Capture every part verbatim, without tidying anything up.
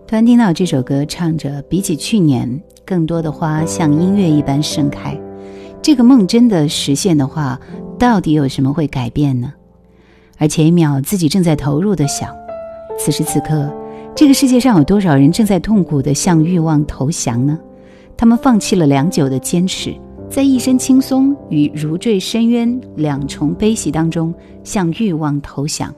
突然听到这首歌，唱着比起去年，更多的花像音乐一般盛开。这个梦真的实现的话，到底有什么会改变呢？而前一秒自己正在投入的想，此时此刻，这个世界上有多少人正在痛苦地向欲望投降呢？他们放弃了良久的坚持，在一身轻松与如坠深渊两重悲喜当中向欲望投降。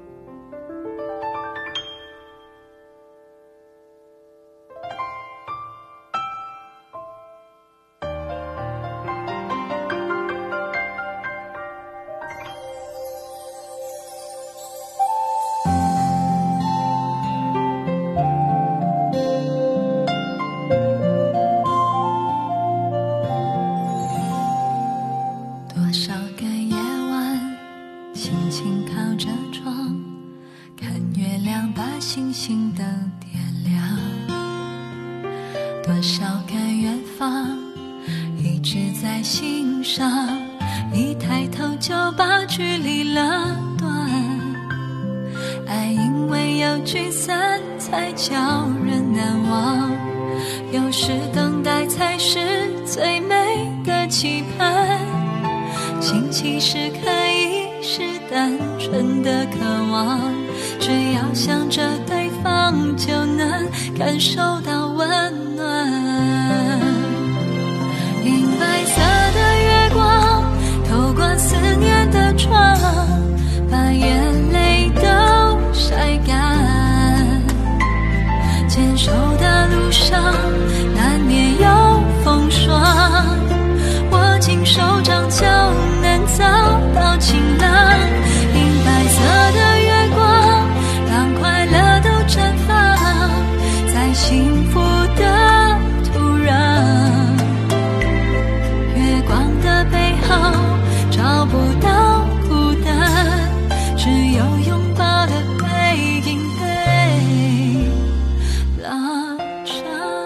多少个远方一直在心上，一抬头就把距离拉断。爱因为有聚散才叫人难忘，有时等待才是最美的期盼。心其实可以是单纯的渴望，只要想着对方就能感受到温暖。银白色的月光透过思念的窗，把眼泪都晒干。牵手的路上难免有风霜，握紧手掌就能找到晴朗。银白色的月光让快乐都绽放在幸福的土壤。月光的背后找不到孤单，只有拥抱的背影被拉长。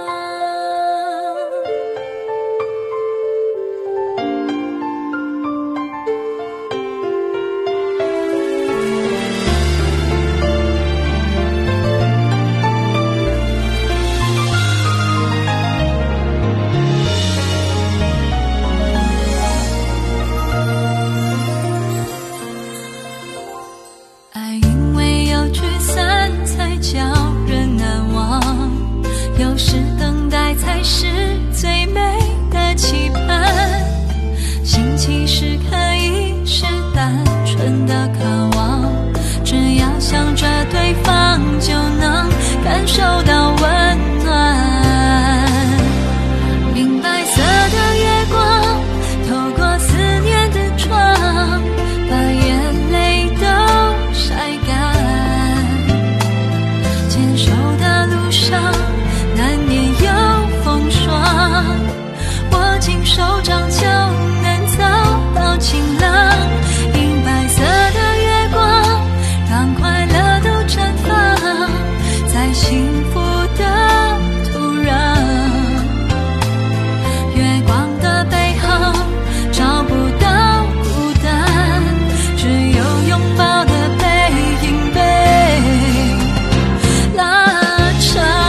有时等待才是最美的期盼，心其实可以是单纯的渴望，只要想着对方就能感受到温暖。银白色的月光透过思念的窗，把眼泪都晒干。牵手的路上难免有风霜，握紧手掌就能找到晴朗。银白色的月光让快乐都绽放在幸福的土壤。月光的背后找不到孤单，只有拥抱的背影被拉长。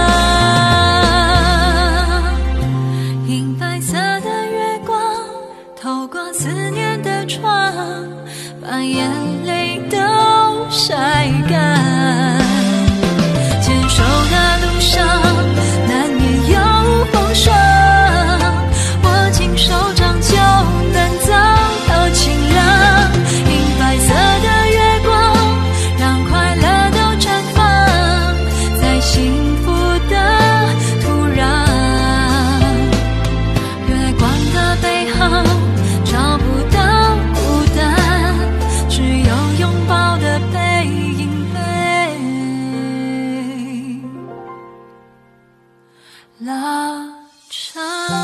把眼泪都晒干。牵手的路上难免有风霜，握紧手掌就能找到晴朗。银白色的月光让快乐都绽放在幸福的土壤。月光的背后找不到孤单，只有拥抱的背影被拉长。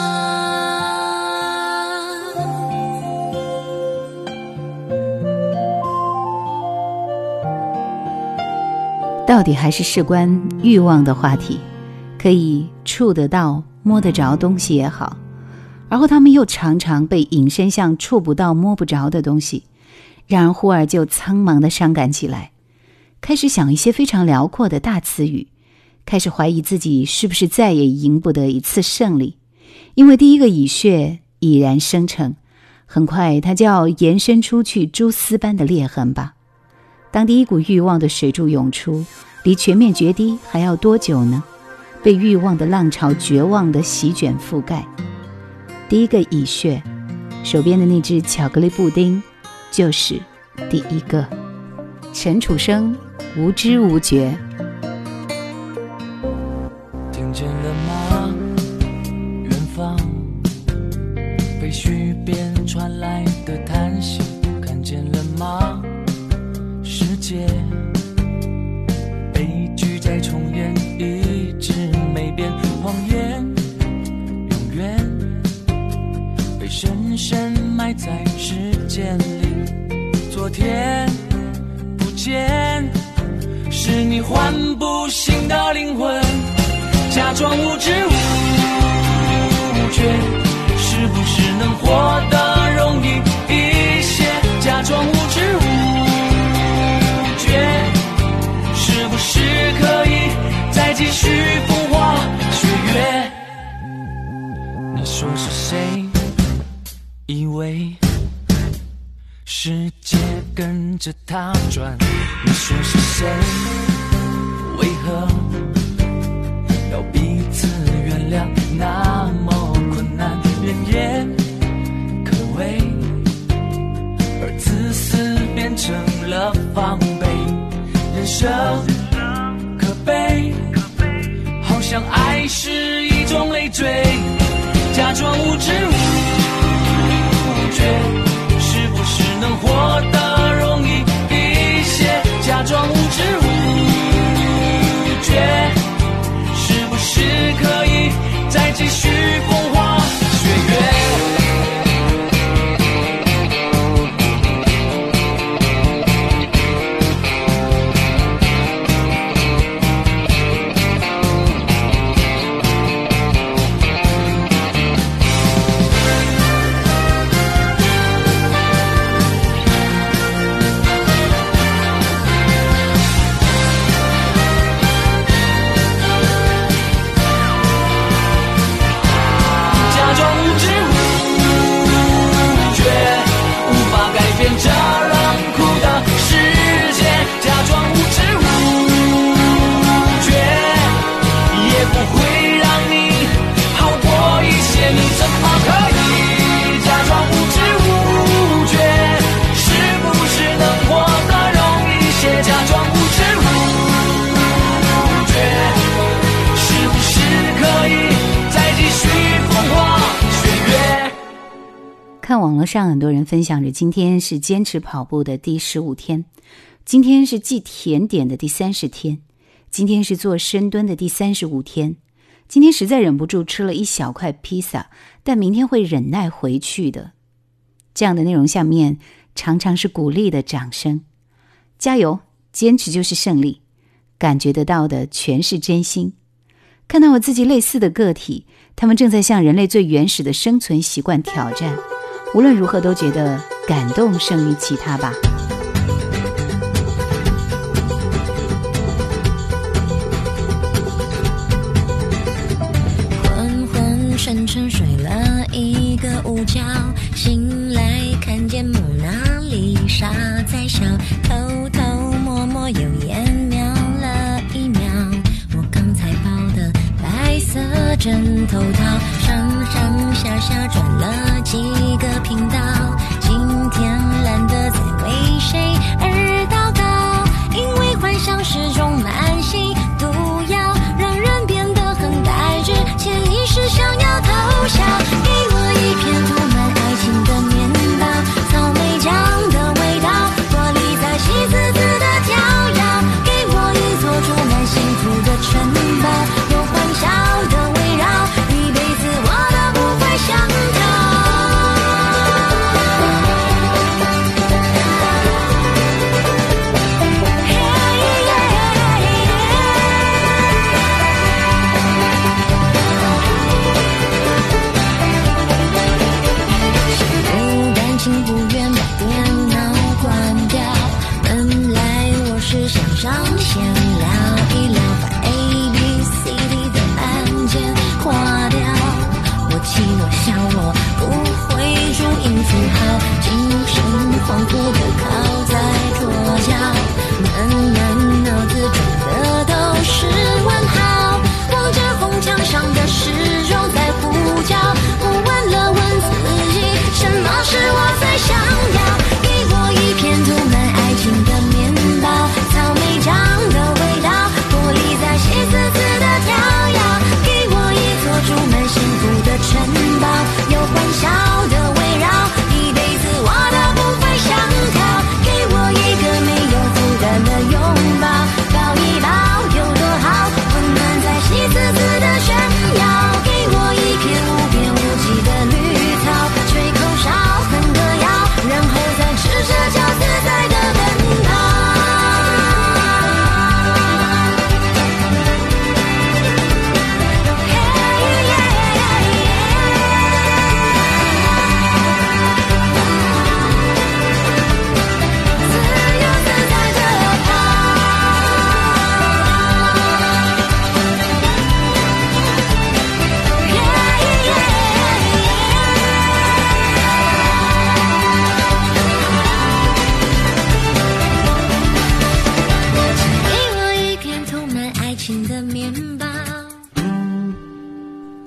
到底还是事关欲望的话题，可以触得到摸得着东西也好，然后他们又常常被引申向触不到摸不着的东西，让人忽而就苍茫地伤感起来，开始想一些非常辽阔的大词语， 开始怀疑自己是不是再也赢不得一次胜利，因为第一个蚁穴已然生成，很快它就要延伸出去蛛丝般的裂痕吧。当第一股欲望的水柱涌出，离全面决堤还要多久呢？被欲望的浪潮绝望地席卷覆盖。第一个蚁穴，手边的那只巧克力布丁就是第一个。陈楚生，无知无觉。 听见了吗？远方废墟边传来的叹息，看见了吗？世界悲剧在重演，一直没变，谎言永远被深深埋在时间里。昨天不见，是你唤不醒的灵魂，假装无知无觉，是不是能活得容易一些？假装无知无觉，是不是可以再继续风花雪月？你说是谁？以为世界跟着他转。你说是谁？为何要彼此原谅那么困难？人言可畏，而自私变成了防备。人生可悲，好像爱是一种累赘。假装无知无觉，是不是能活得容易一些？假装无知无觉，是不是可以再继续风花雪月？ 看网络上很多人分享着，今天是坚持跑步的第十五天，今天是忌甜点的第三十天，今天是做深蹲的第三十五天，今天实在忍不住吃了一小块披萨，但明天会忍耐回去的。这样的内容下面常常是鼓励的掌声，加油，坚持就是胜利，感觉得到的全是真心。看到我自己类似的个体，他们正在向人类最原始的生存习惯挑战，无论如何都觉得感动胜于其他吧。 昏昏沉沉睡了一个午觉，醒来看见蒙娜丽莎在笑，偷偷摸摸右眼瞄了一秒我刚才抱的白色枕头套，上上下下转了几个频道，今天懒得再为谁而祷告，因为幻想是种慢性毒药，让人变得很呆滞，潜意识想要偷笑。给我一片涂满爱情的面包，草莓酱的味道，玻璃在喜滋滋的跳跃，给我一座住满幸福的城堡，有欢笑的围绕，一辈子我都不会想逃。不愿把电脑关掉，本来我是想上线聊一聊把 A B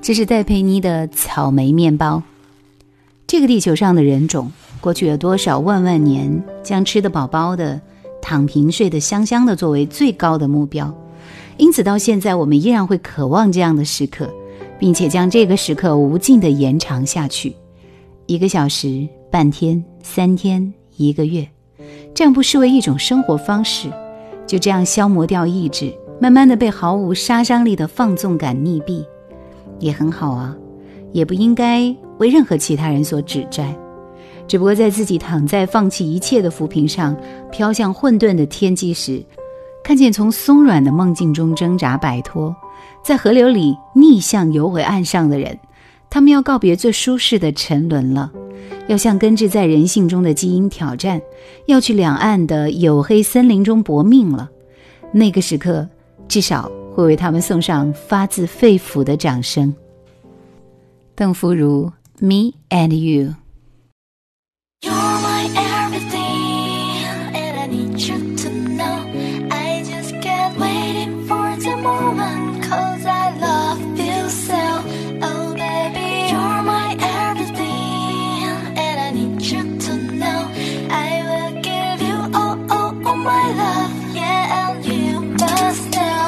这是戴佩妮的草莓面包。这个地球上的人种，过去有多少万万年将吃得饱饱的、躺平睡得香香的作为最高的目标，因此到现在我们依然会渴望这样的时刻，并且将这个时刻无尽地延长下去，一个小时、半天、三天、一个月，这样不失为一种生活方式，就这样消磨掉意志，慢慢地被毫无杀伤力的放纵感溺毙，也很好啊，也不应该为任何其他人所指摘。只不过在自己躺在放弃一切的浮萍上，飘向混沌的天际时，看见从松软的梦境中挣扎摆脱，在河流里逆向游回岸上的人，他们要告别最舒适的沉沦了，要向根植在人性中的基因挑战，要去两岸的黝黑森林中搏命了。那个时刻至少会为他们送上发自肺腑的掌声。邓福如 Me and You。 You're my everything, and I need you to know I just can't wait for the moment, cause I love you so. Oh baby, you're my everything, and I need you to know I will give you all, all, all my love, yeah, and you must know.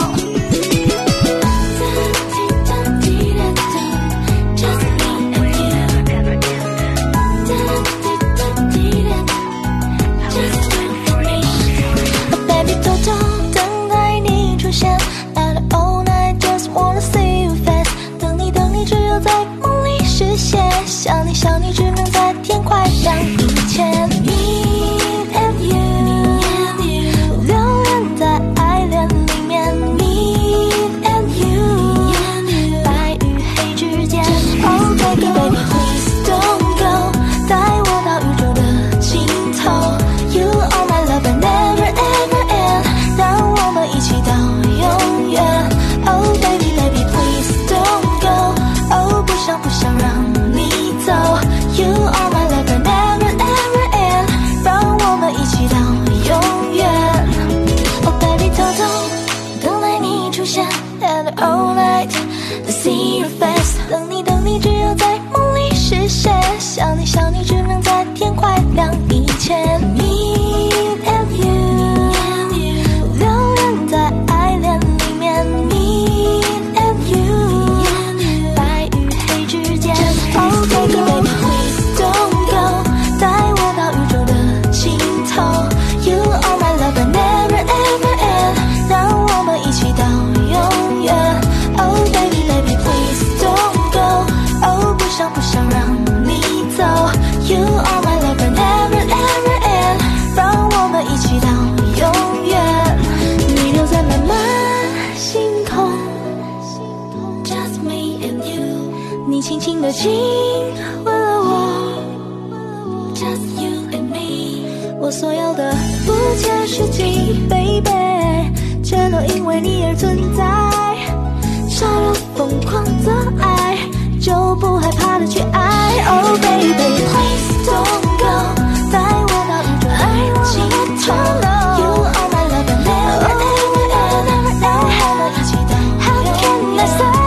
Just you and me， 我所有的不切实际 ，baby， 全都因为你而存在。傻了疯狂的爱，就不害怕的去爱。Oh baby，please don't go， 带我到宇宙的尽头。You are my love and never ever ever ever， 我们一起到永远。How can I say？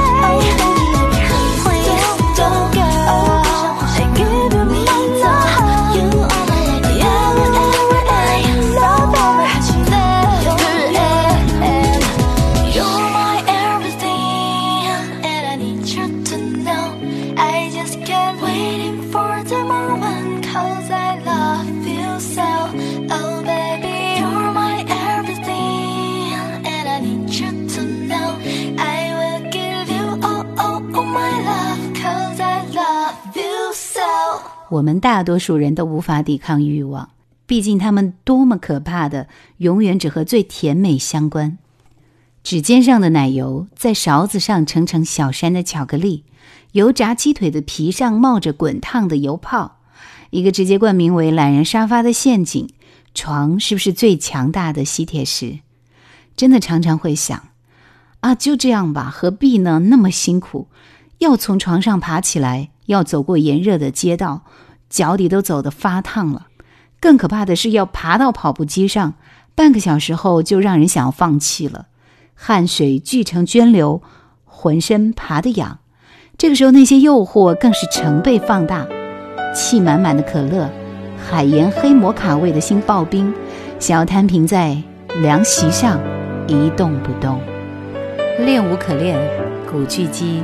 我们大多数人都无法抵抗欲望，毕竟他们多么可怕的，永远只和最甜美相关。指尖上的奶油，在勺子上盛成小山的巧克力，油炸鸡腿的皮上冒着滚烫的油泡，一个直接冠名为懒人沙发的陷阱，床是不是最强大的吸铁石？真的常常会想啊，就这样吧，何必呢？那么辛苦，要从床上爬起来，要走过炎热的街道，脚底都走得发烫了。更可怕的是要爬到跑步机上，半个小时后就让人想要放弃了，汗水聚成涓流，浑身爬得痒。 这个时候那些诱惑更是成倍放大，气满满的可乐，海盐黑摩卡味的新刨冰，想要摊平在凉席上一动不动。恋无可恋，古巨基。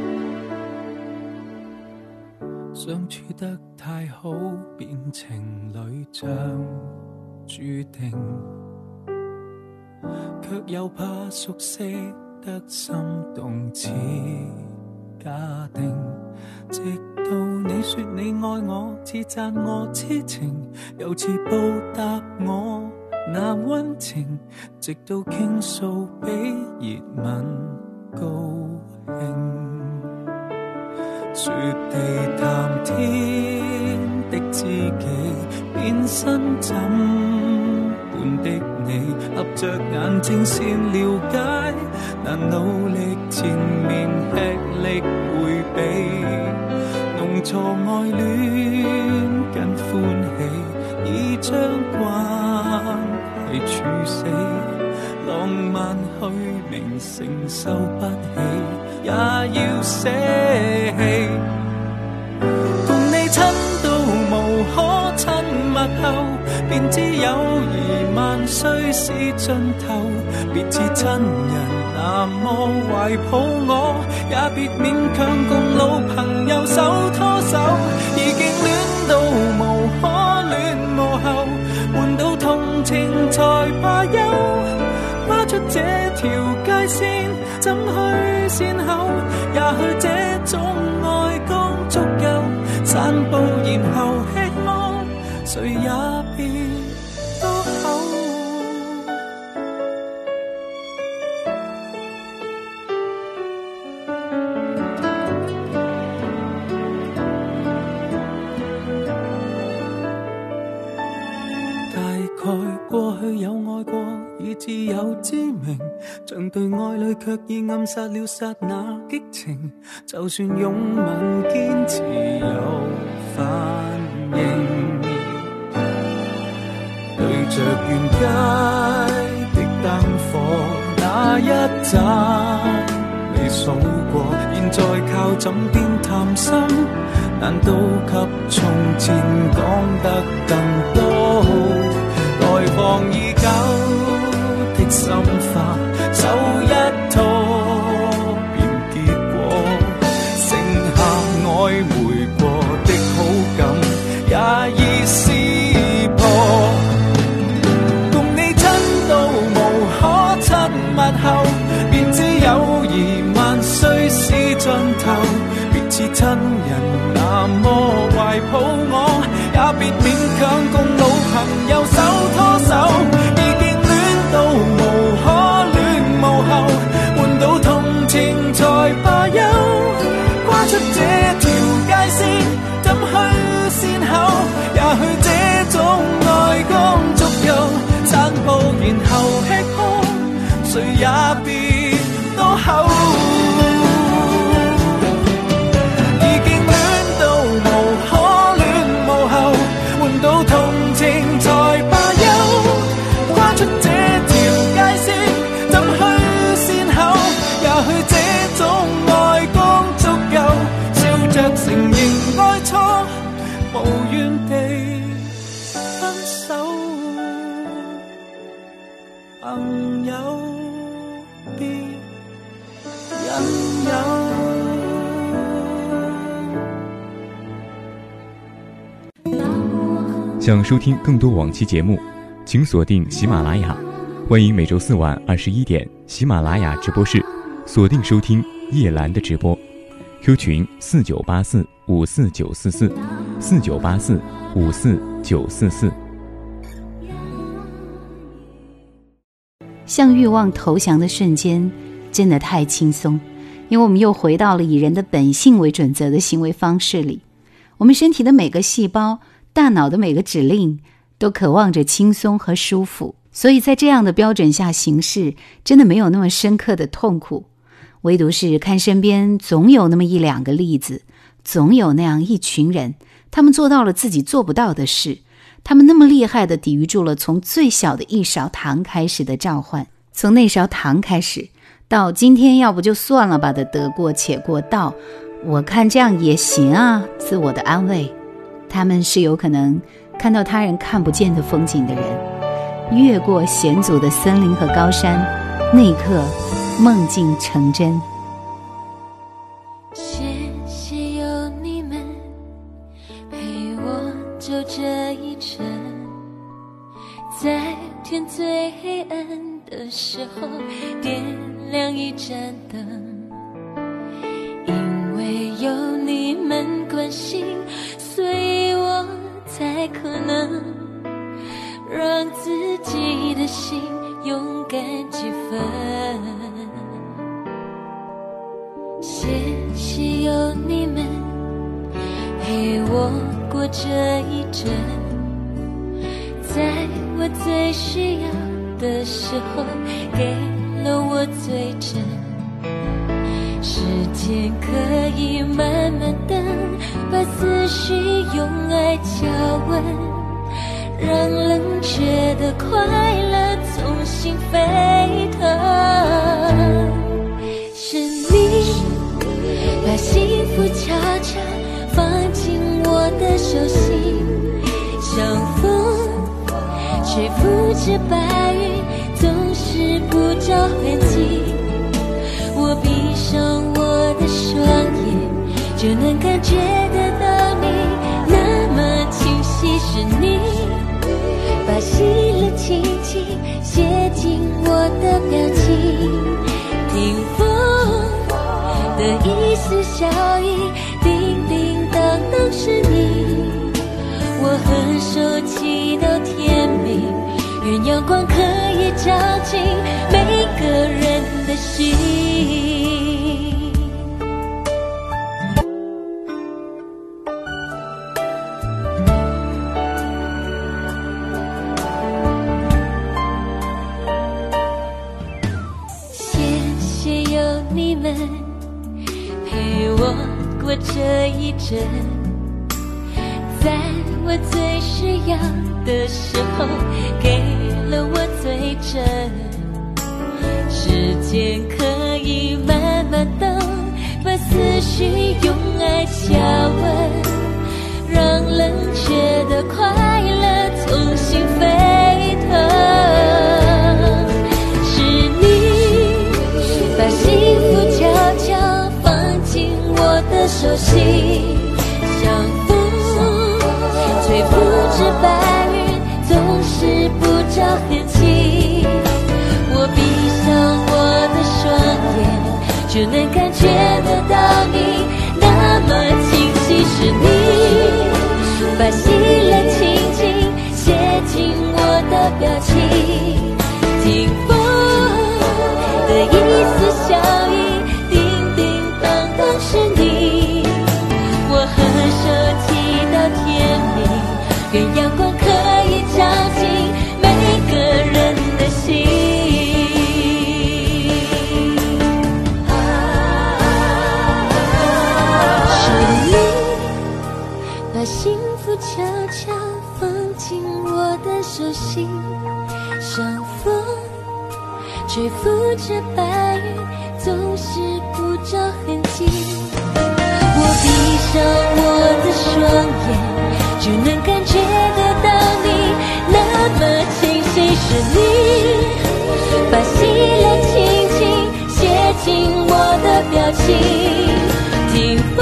相處得太好，變情侶像注定，卻又怕熟悉得心動似假定。直到你說你愛我，似讚我痴情，又似報答我那溫情，直到傾訴比熱吻高興。雪地談天的知己，變身怎般的你，合着眼睛先了解，難努力前面吃力迴避，弄錯愛戀跟歡喜，已將關係處死，浪漫虛名承受不起，也要捨棄。共你親到無可親密後，便知友誼萬歲是盡頭。別似親人那麼懷抱我，也別勉強共老朋友手拖手。已經戀到無可戀無後，換到同情才罷休。跨出這條界線，怎去善後？也許這種愛剛足夠，散步然後吃喝，誰也別多口。大概過去有愛過，以至有知名，像對愛侶卻已暗殺了剎那激情。就算擁吻堅持有反應，對着沿街的燈火那一盞未數過，現在靠枕邊談心，難道及從前講得更多？來往已久的心花，手一拖便結果，剩下曖昧過的好感也已撕破。共你親到無可親密後，便知友誼萬歲是盡頭。別似親人那麼懷抱我，也別勉強共老朋友手拖手。已經戀到無可戀無後，換到同情才罷休。跨出這條界線，怎去善後？也許這種愛剛足夠，散步然後吃喝，誰也別多口。到同情才罷休，跨出這條界線，怎去善後？也許這種愛剛足夠，笑着承認愛錯，無怨地分手。朋友別引誘。 想收听更多往期节目，请锁定喜马拉雅。欢迎每周四晚二十一点喜马拉雅直播室锁定收听叶兰的直播。Q 群四九八四五四九四四四九八四五四九四四。 向欲望投降的瞬间真的太轻松，因为我们又回到了以人的本性为准则的行为方式里。我们身体的每个细胞，大脑的每个指令都渴望着轻松和舒服，所以在这样的标准下行事，真的没有那么深刻的痛苦。唯独是看身边总有那么一两个例子，总有那样一群人，他们做到了自己做不到的事，他们那么厉害地抵御住了从最小的一勺糖开始的召唤，从那勺糖开始到今天要不就算了吧的得过且过，到我看这样也行啊，自我的安慰。他们是有可能看到他人看不见的风景的人，越过险阻的森林和高山，那一刻梦境成真。 谢谢有你们陪我走这一程，在天最黑暗的时候点亮一盏灯，因为有你们关心，所以我才可能让自己的心勇敢几分。谢谢有你们陪我过这一阵，在我最需要的时候给了我最真。时间可以慢慢等，把思绪用爱浇温，让冷却的快乐从心沸腾。是你把幸福悄悄放进我的手心，像风吹拂着白云，总是不着痕迹。我闭上我的双眼，就能感觉得到你那么清晰。是你把喜乐轻轻写进我的表情，听风的一丝笑意，叮叮当当是你。我和手祈祷天明，愿阳光可以照进每个人的心。谢谢有你们陪我过这一阵，在我最需要的时候给了我最真。时间可以慢慢等，把思绪用爱浇温，让冷却的快乐从心沸腾。是你把幸福悄悄放进我的手心，像风吹拂着白云，总是不着痕迹。我闭上我的双眼，就能感觉得到你那么清晰。是你把喜乐轻轻写进我的表情，听风的一丝笑意，叮叮当当是你。我和手祈祷天明，愿阳光可以照进每个人的心。幸福悄悄放进我的手心，像风吹拂着白云，总是不着痕迹。我闭上我的双眼，就能感觉得到你那么清晰。是你把喜乐轻轻写进我的表情，听风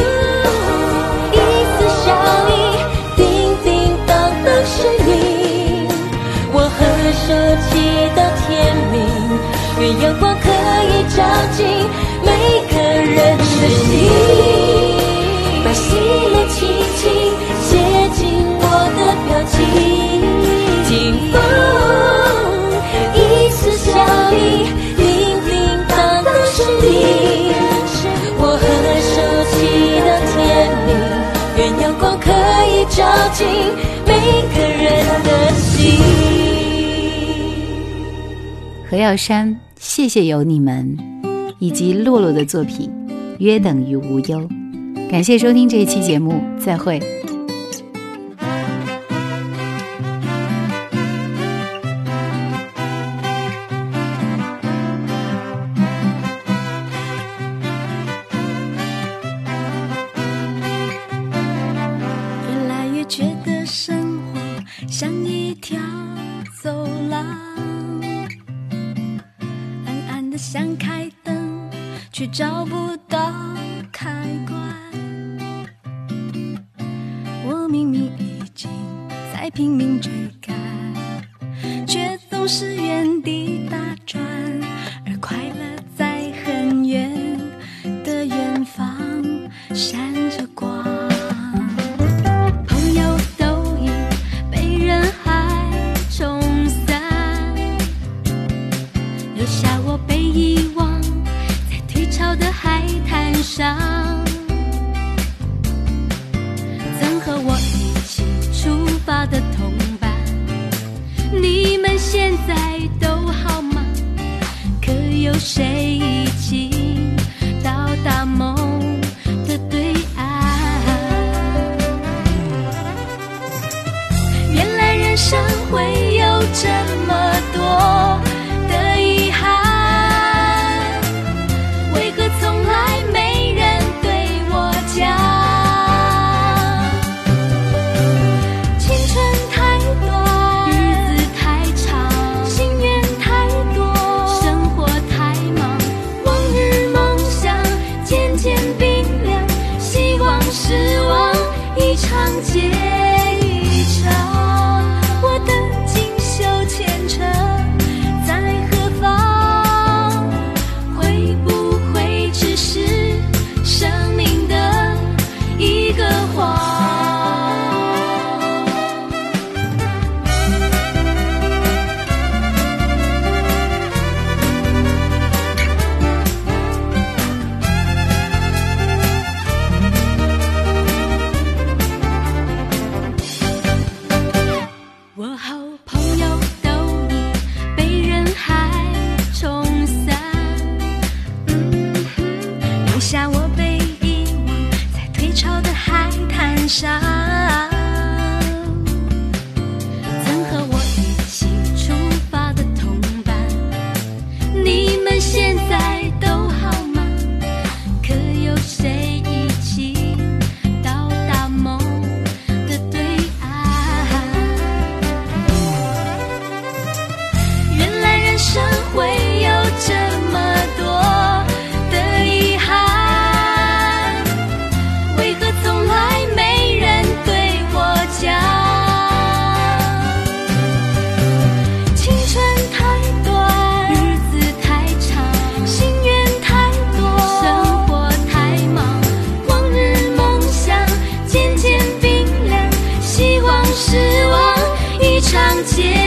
手祈祷天明，愿阳光可以照进每个人的心。把喜乐轻轻写进我的表情，听风一丝笑意，叮叮当当是你。我和手祈祷天明，愿阳光可以照进每个人的心。 何耀珊，谢谢有你们，以及洛洛的作品约等于无忧。感谢收听这一期节目，再会。 一条走廊，暗暗的想开灯，却找不到开关。我明明已经在拼命追赶，却总是原地打转，而快乐在很远的远方闪着光。朋友都已被人海冲散，留下我被遗忘在退潮的海滩上。曾和我一起出发的同伴，你们现在都好吗？可有谁已经到达梦的对岸？原来人生会有这么多的遗憾，为何从来没人对我讲？青春太短，日子太长，心愿太多，生活太忙，往日梦想渐渐冰凉，希望失望一场接一场。我的锦绣前程在何方？会不会只是生命的一个谎？我好朋友都已被人海冲散，嗯哼，留下我被遗忘在退潮的海滩上。曾和我一起出发的同伴，你们现在都好吗？可有谁一起到达梦的对岸？原来人生会有这么多的遗憾，为何从来没人对我讲？青春太短，日子太长，心愿太多，生活太忙，往日梦想渐渐冰凉，希望失望一场接